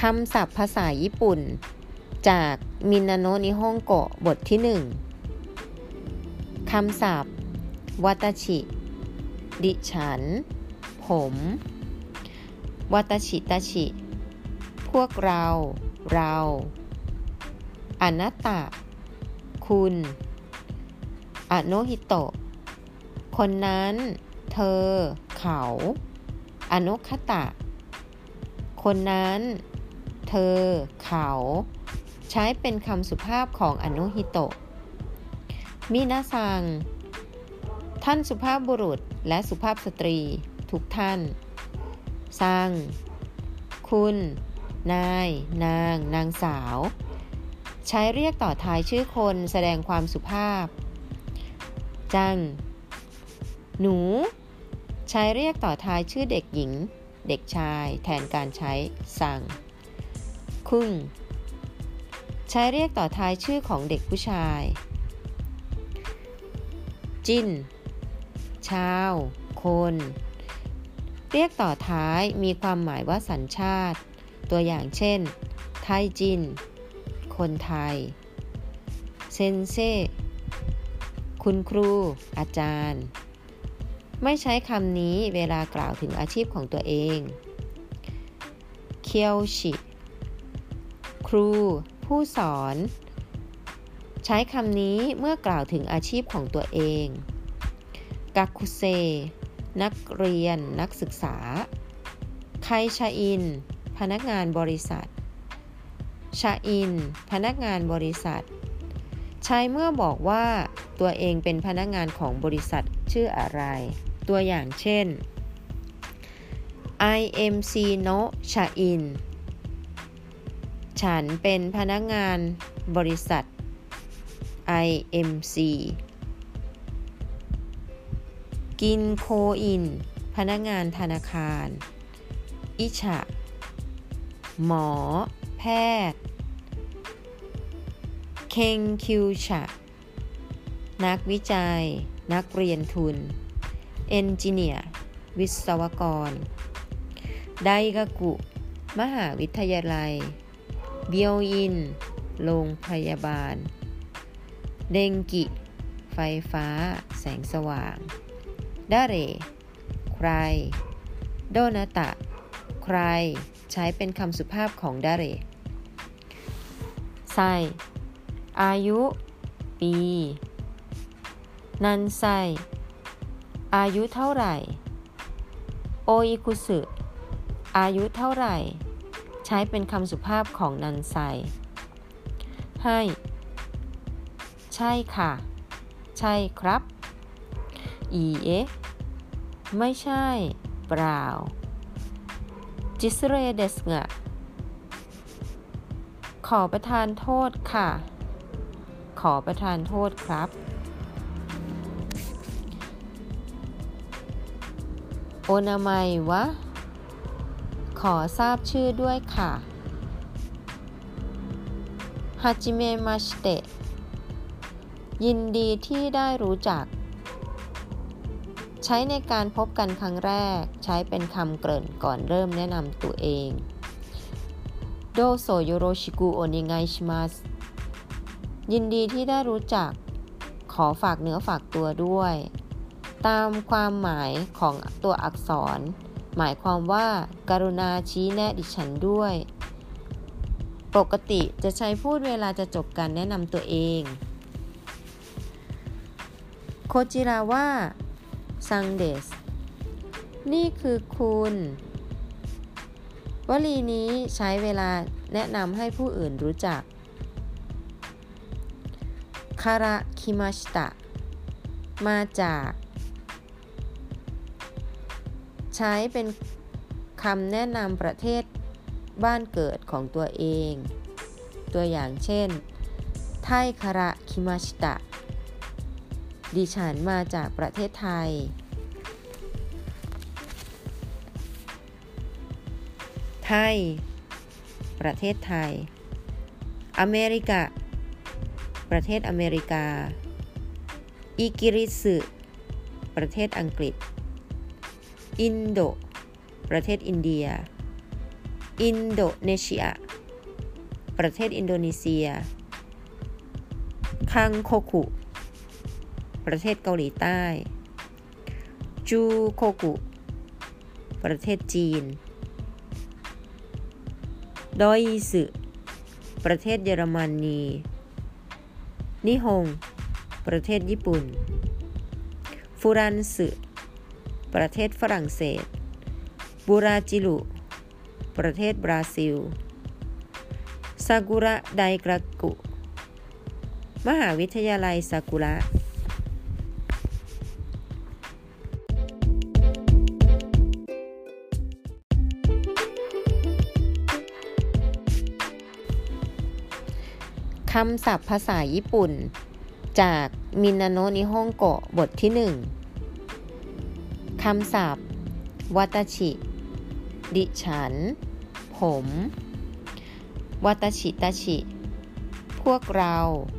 คำศัพท์ภาษาญี่ปุ่นจากมินาโนะนิฮงโกะบทที่1คำศัพท์วาตาชิดิฉันผมวาตาชิตาชิพวกเราอนัตตะคุณอโนฮิโตะคนนั้นเธอเขาอโนคตะคนนั้นเธอเขาใช้เป็นคำสุภาพของอโนฮิโตะมินาซังท่านสุภาพบุรุษและสุภาพสตรีทุกท่านซังคุณนายนางสาวใช้เรียกต่อท้ายชื่อคนแสดงความสุภาพจังหนูใช้เรียกต่อท้ายชื่อเด็กหญิงเด็กชายแทนการใช้ซังคุงใช้เรียกต่อท้ายชื่อของเด็กผู้ชายจินชาวคนเรียกต่อท้ายมีความหมายว่าสัญชาติตัวอย่างเช่นไทจินคนไทยเซนเซคุณครูอาจารย์ไม่ใช้คำนี้เวลากล่าวถึงอาชีพของตัวเองเคียวชิครูผู้สอนใช้คำนี้เมื่อกล่าวถึงอาชีพของตัวเองกักคุเซนักเรียนนักศึกษาไคชาอินพนักงานบริษัทชาอินพนักงานบริษัทใช้เมื่อบอกว่าตัวเองเป็นพนักงานของบริษัทชื่ออะไรตัวอย่างเช่น IMC no ชาอินฉันเป็นพนักงานบริษัท IMC กินโคอินพนักงานธนาคารอิชะหมอแพทย์เคงคิวชะนักวิจัยนักเรียนทุนเอนจิเนียร์วิศวกรไดกากุมหาวิทยาลัยเบียวอินโรงพยาบาลเดงกิไฟฟ้าแสงสว่างดาเรใครโดนาตะใครใช้เป็นคำสุภาพของดาเรไซอายุปีนันไซอายุเท่าไหร่โออิคุสึอายุเท่าไหร่ใช้เป็นคำสุภาพของนันไซให้ใช่ค่ะใช่ครับอีเอะไม่ใช่เปล่าจิสเรเดสงะขอประทานโทษค่ะขอประทานโทษครับโอนามัยวะขอทราบชื่อด้วยค่ะฮาจิเมมาชิเตะยินดีที่ได้รู้จักใช้ในการพบกันครั้งแรกใช้เป็นคำเกริ่นก่อนเริ่มแนะนำตัวเองโดโซโยโรชิกุโอเนไงชิมัสยินดีที่ได้รู้จักขอฝากเนื้อฝากตัวด้วยตามความหมายของตัวอักษรหมายความว่ากรุณาชี้แนะดิฉันด้วยปกติจะใช้พูดเวลาจะจบการแนะนำตัวเองโคจิราว่าซังเดสนี่คือคุณวลีนี้ใช้เวลาแนะนำให้ผู้อื่นรู้จักคาระคิมาชิตะมาจากใช้เป็นคำแนะนำประเทศบ้านเกิดของตัวเองตัวอย่างเช่นไทคาระคิมาชิตะดิฉันมาจากประเทศไทยไทยประเทศไทยอเมริกาประเทศอเมริกาอิกิริสึประเทศอังกฤษอินโดประเทศอินเดียอินโดนีเซียประเทศอินโดนีเซียคังโคคุประเทศเกาหลีใต้จูโคกุประเทศจีนดอยสึประเทศเยอรมนีนิฮงประเทศญี่ปุ่นฟุรันสึประเทศฝรั่งเศสบูราจิลุประเทศบราซิลซากุระไดกากุมหาวิทยาลัยซากุระคำศัพท์ภาษาญี่ปุ่นจากมินาโนะนิฮงโกะบทที่1คำศัพท์วัตชิดิฉันผมวัตชิตาชิพวกเรา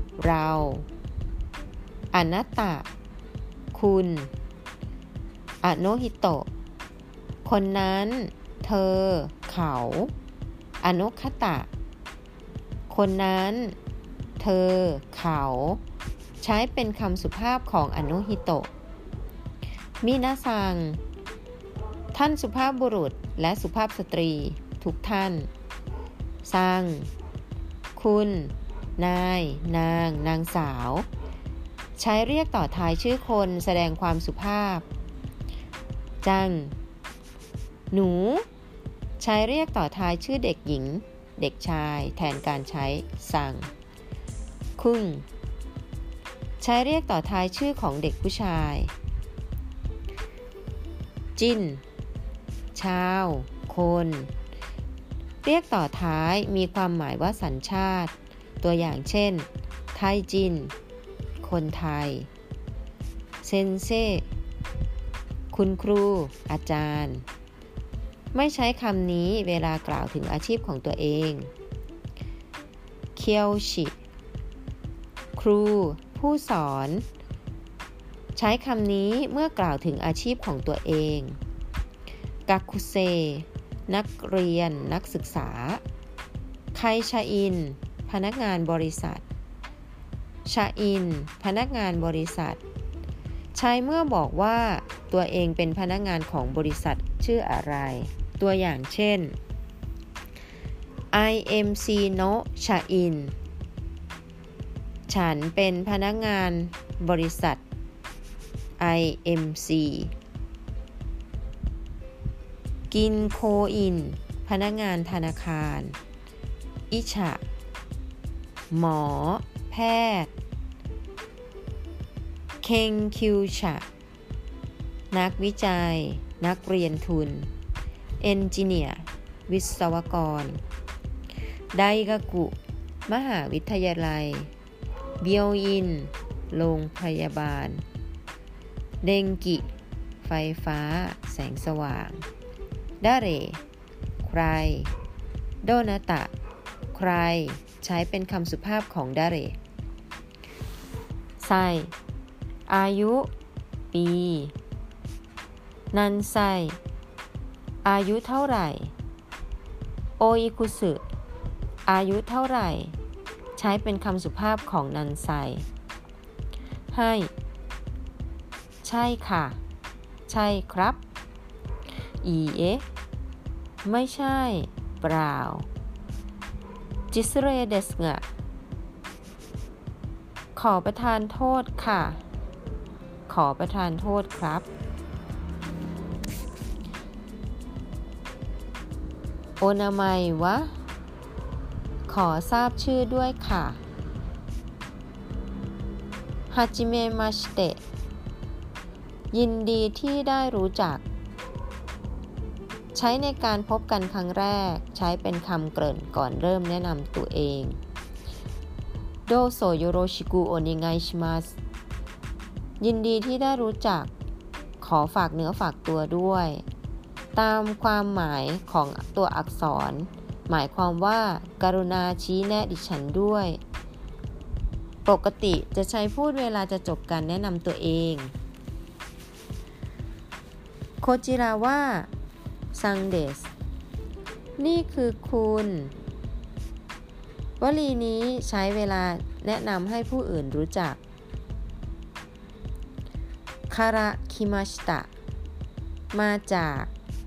อนัตตะคุณอโนฮิโตะคนนั้นเธอเขาอโนคตะคนนั้นเธอเขาใช้เป็นคำสุภาพของอโนฮิโตะมินาซังท่านสุภาพบุรุษและสุภาพสตรีทุกท่านซังคุณนายนางสาวใช้เรียกต่อท้ายชื่อคนแสดงความสุภาพจังหนูใช้เรียกต่อท้ายชื่อเด็กหญิงเด็กชายแทนการใช้ซังคุงใช้เรียกต่อท้ายชื่อของเด็กผู้ชายจินชาวคนเรียกต่อท้ายมีความหมายว่าสัญชาติตัวอย่างเช่นไทจินคนไทยเซนเซคุณครูอาจารย์ไม่ใช้คำนี้เวลากล่าวถึงอาชีพของตัวเองเคียวชิครูผู้สอนใช้คำนี้เมื่อกล่าวถึงอาชีพของตัวเองกักคุเซนักเรียนนักศึกษาไคชาอินพนักงานบริษัทชาอินพนักงานบริษัทใช้เมื่อบอกว่าตัวเองเป็นพนักงานของบริษัทชื่ออะไรตัวอย่างเช่น IMC no ชาอินฉันเป็นพนักงานบริษัท IMC กินโคอินพนักงานธนาคารอิชะหมอแพทย์เคงคิวชะนักวิจัยนักเรียนทุนเอนจิเนียร์วิศวกรไดกากุมหาวิทยาลัยเบียวอินโรงพยาบาลเดงกิไฟฟ้าแสงสว่างดาเรใครโดนาตะใครใช้เป็นคำสุภาพของดาเรไซอายุปีนันไซอายุเท่าไหร่โออิคุสึอายุเท่าไหร่ใช้เป็นคำสุภาพของนันไซให้ใช่ค่ะใช่ครับอีเอะไม่ใช่เปล่าจิสเรเดสงะขอประทานโทษค่ะขอประทานโทษครับโอนามัยวะขอทราบชื่อด้วยค่ะฮาจิเมมาชิเตะยินดีที่ได้รู้จักใช้ในการพบกันครั้งแรกใช้เป็นคำเกริ่นก่อนเริ่มแนะนำตัวเองโดโซโยโรชิกุโอนิไงชิมัสยินดีที่ได้รู้จักขอฝากเนื้อฝากตัวด้วยตามความหมายของตัวอักษรหมายความว่ากรุณาชี้แนะดิฉันด้วยปกติจะใช้พูดเวลาจะจบการแนะนำตัวเองโคจิราว่าซังเดสนี่คือคุณวลีนี้ใช้เวลาแนะนำให้ผู้อื่นรู้จักคาระคิมาชิตะมาจาก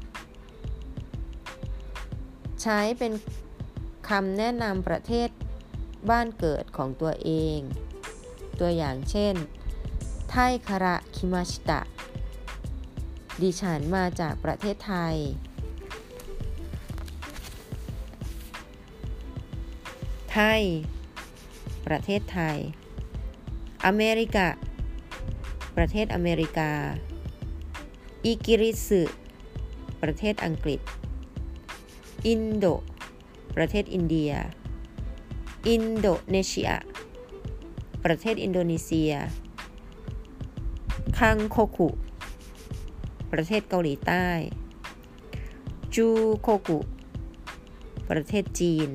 ใช้เป็นคำแนะนำประเทศบ้านเกิดของตัวเองตัวอย่างเช่นไทคาระคิมาชิตะดิฉันมาจากประเทศไทยไทยประเทศไทยอเมริกาประเทศอเมริกาอิกิริสึประเทศอังกฤษอินโดประเทศอินเดียอินโดเนเซียประเทศอินโดนีเซียคังโคคุประเทศเกาหลีใต้จูโคกุประเทศจีน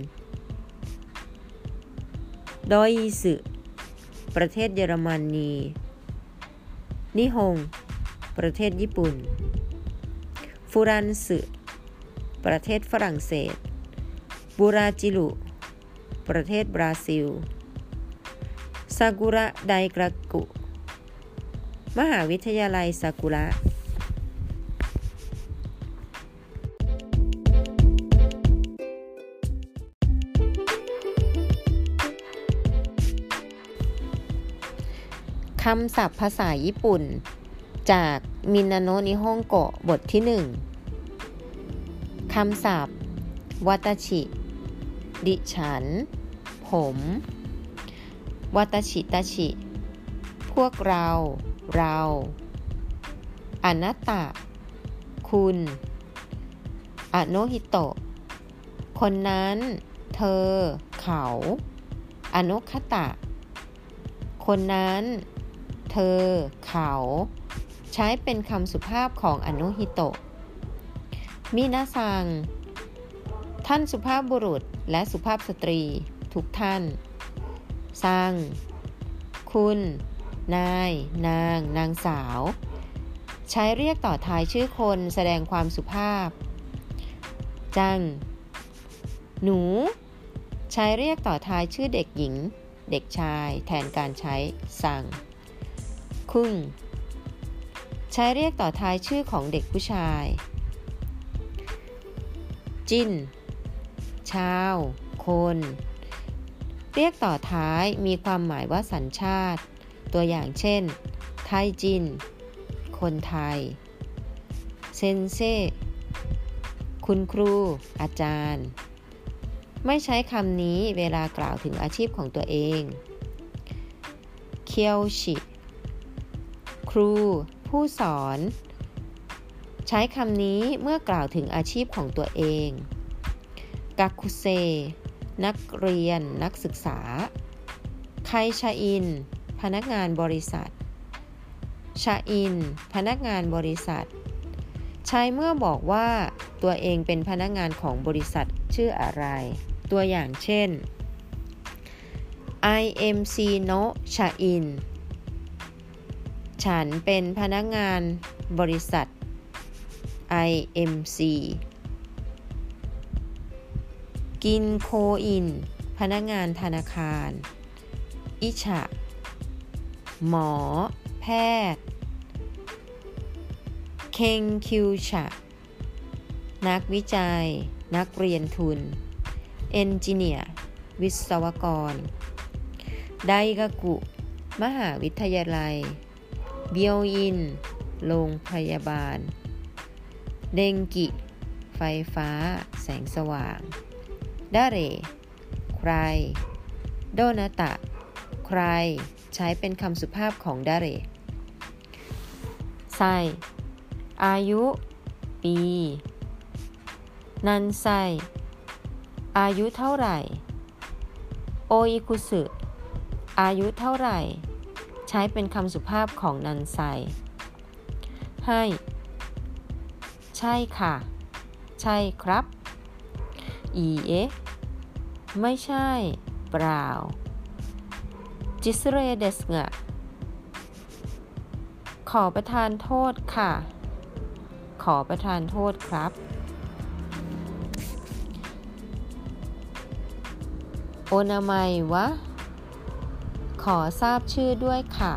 ดอยสึประเทศเยอรมนีนิฮงประเทศญี่ปุ่นฟุรันสึประเทศฝรั่งเศสบูราจิรุประเทศบราซิลซากุระไดกรากุมหาวิทยาลัยซากุระคำศัพท์ภาษาญี่ปุ่นจากมินาโนะนิฮงโกะบทที่1คำศัพท์วัตชิดิฉันผมวัตชิตาชิพวกเราอนัตตะคุณอโนฮิโตะคนนั้นเธอเขาอโนคตะคนนั้นเธอเขาใช้เป็นคำสุภาพของอโนฮิโตะมินาซังท่านสุภาพบุรุษและสุภาพสตรีทุกท่านซังคุณนายนางสาวใช้เรียกต่อท้ายชื่อคนแสดงความสุภาพจังหนูใช้เรียกต่อท้ายชื่อเด็กหญิงเด็กชายแทนการใช้ซังคุงใช้เรียกต่อท้ายชื่อของเด็กผู้ชายจินชาวคนเรียกต่อท้ายมีความหมายว่าสัญชาติตัวอย่างเช่นไทจินคนไทยเซนเซคุณครูอาจารย์ไม่ใช้คำนี้เวลากล่าวถึงอาชีพของตัวเองเคียวชิครูผู้สอนใช้คำนี้เมื่อกล่าวถึงอาชีพของตัวเองกักคุเซนักเรียนนักศึกษาไคชาอินพนักงานบริษัทชาอินพนักงานบริษัทใช้เมื่อบอกว่าตัวเองเป็นพนักงานของบริษัทชื่ออะไรตัวอย่างเช่น IMC no ชาอินฉันเป็นพนักงานบริษัท IMC กินโคอินพนักงานธนาคารอิชะหมอแพทย์เคงคิวชะนักวิจัยนักเรียนทุนเอนจิเนียร์วิศวกรไดกากุมหาวิทยาลัยเบียวอินโรงพยาบาลเดงกิไฟฟ้าแสงสว่างดาเรใครโดนาตะใครใช้เป็นคำสุภาพของดาเรไซอายุปีนันไซอายุเท่าไหร่โออิคุสึอายุเท่าไหร่ใช้เป็นคำสุภาพของนันไซให้ใช่ค่ะใช่ครับอีเอะไม่ใช่เปล่าจิสเรเดสงะขอประทานโทษค่ะขอประทานโทษครับนามัยวะขอทราบชื่อด้วยค่ะ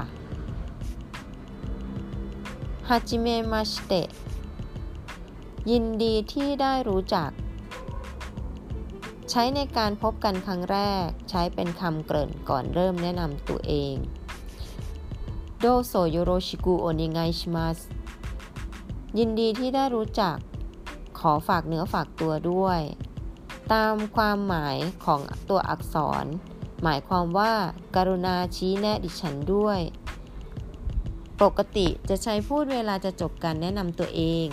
ฮาจิเมมาชิเตะยินดีที่ได้รู้จักใช้ในการพบกันครั้งแรกใช้เป็นคำเกริ่นก่อนเริ่มแนะนำตัวเองโดโซโยโรชิกุโอนิไงชิมัสยินดีที่ได้รู้จักขอฝากเนื้อฝากตัวด้วยตามความหมายของตัวอักษรหมายความว่ากรุณาชี้แนะดิฉันด้วยปกติจะใช้พูดเวลาจะจบการแนะนำตัวเอง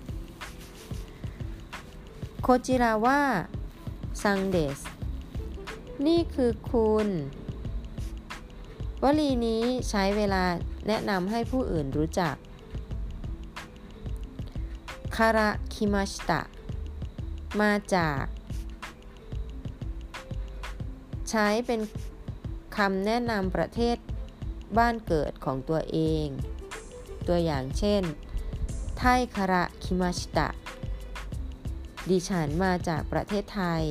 โคจิราว่าซังเดสนี่คือคุณวลีนี้ใช้เวลาแนะนำให้ผู้อื่นรู้จักคาระคิมาชิตะมาจากใช้เป็นคำแนะนำประเทศบ้านเกิดของตัวเองตัวอย่างเช่นไทคาระคิมาชิตะดิฉันมาจากประเทศไทย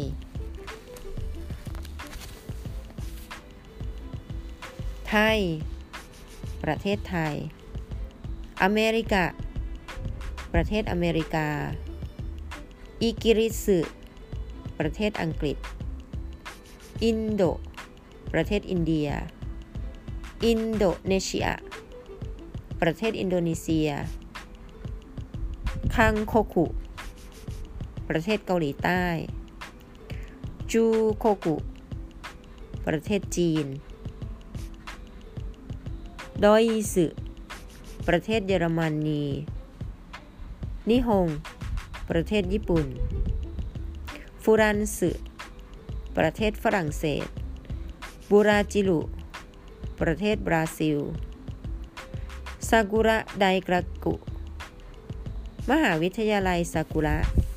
ไทยประเทศไทยอเมริกาประเทศอเมริกาอิกิริสึประเทศอังกฤษอินโดประเทศอินเดียอินโดเนเซียประเทศอินโดนีเซียคังโคคุประเทศเกาหลีใต้จูโคกุประเทศจีนดอยสึประเทศเยอรมนีนิฮงประเทศญี่ปุ่นฟุรันสึประเทศฝรั่งเศสบูราจิรุประเทศบราซิลซากุระไดกรากุมหาวิทยาลัยซากุระ